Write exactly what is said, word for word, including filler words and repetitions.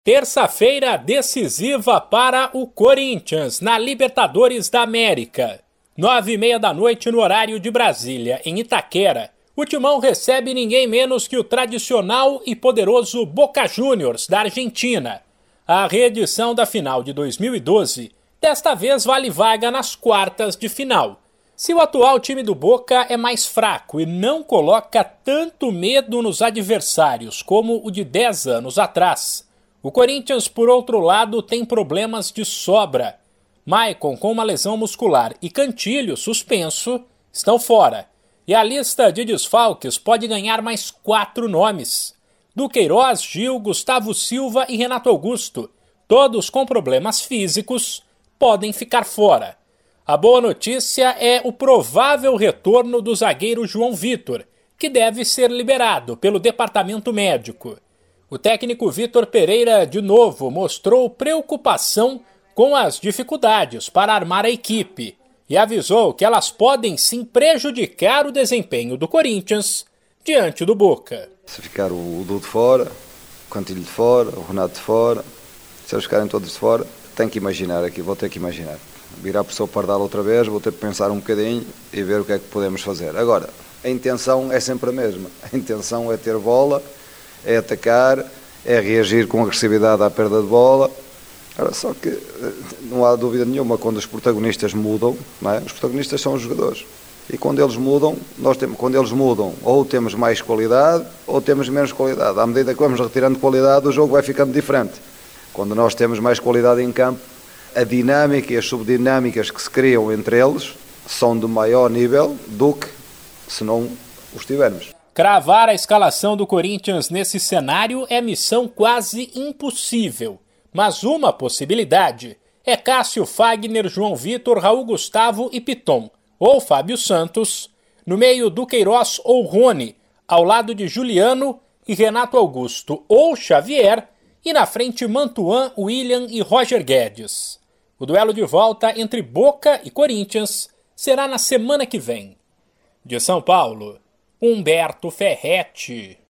Terça-feira decisiva para o Corinthians na Libertadores da América. Nove e meia da noite no horário de Brasília, em Itaquera, o Timão recebe ninguém menos que o tradicional e poderoso Boca Juniors da Argentina. A reedição da final de dois mil e doze, desta vez vale vaga nas quartas de final. Se o atual time do Boca é mais fraco e não coloca tanto medo nos adversários como o de dez anos atrás, o Corinthians, por outro lado, tem problemas de sobra. Maicon, com uma lesão muscular, e Cantilho, suspenso, estão fora. E a lista de desfalques pode ganhar mais quatro nomes. Duqueiroz, Gil, Gustavo Silva e Renato Augusto, todos com problemas físicos, podem ficar fora. A boa notícia é o provável retorno do zagueiro João Vitor, que deve ser liberado pelo departamento médico. O técnico Vitor Pereira, de novo, mostrou preocupação com as dificuldades para armar a equipe e avisou que elas podem sim prejudicar o desempenho do Corinthians diante do Boca. Se ficar o Dudu de fora, o Cantilho de fora, o Renato de fora, se eles ficarem todos de fora, tenho que imaginar aqui, vou ter que imaginar. Virar para o seu Pardal outra vez, vou ter que pensar um bocadinho e ver o que é que podemos fazer. Agora, a intenção é sempre a mesma. A intenção é ter bola, é atacar, é reagir com agressividade à perda de bola. Ora, só que não há dúvida nenhuma, quando os protagonistas mudam, não é? Os protagonistas são os jogadores. E quando eles mudam, nós temos, quando eles mudam, ou temos mais qualidade, ou temos menos qualidade. À medida que vamos retirando qualidade, o jogo vai ficando diferente. Quando nós temos mais qualidade em campo, a dinâmica e as subdinâmicas que se criam entre eles são de maior nível do que se não os tivermos. Cravar a escalação do Corinthians nesse cenário é missão quase impossível, mas uma possibilidade é Cássio, Fagner, João Vitor, Raul Gustavo e Piton, ou Fábio Santos, no meio Duqueiroz ou Rony, ao lado de Juliano e Renato Augusto ou Xavier, e na frente Mantuan, William e Roger Guedes. O duelo de volta entre Boca e Corinthians será na semana que vem. De São Paulo, Humberto Ferretti.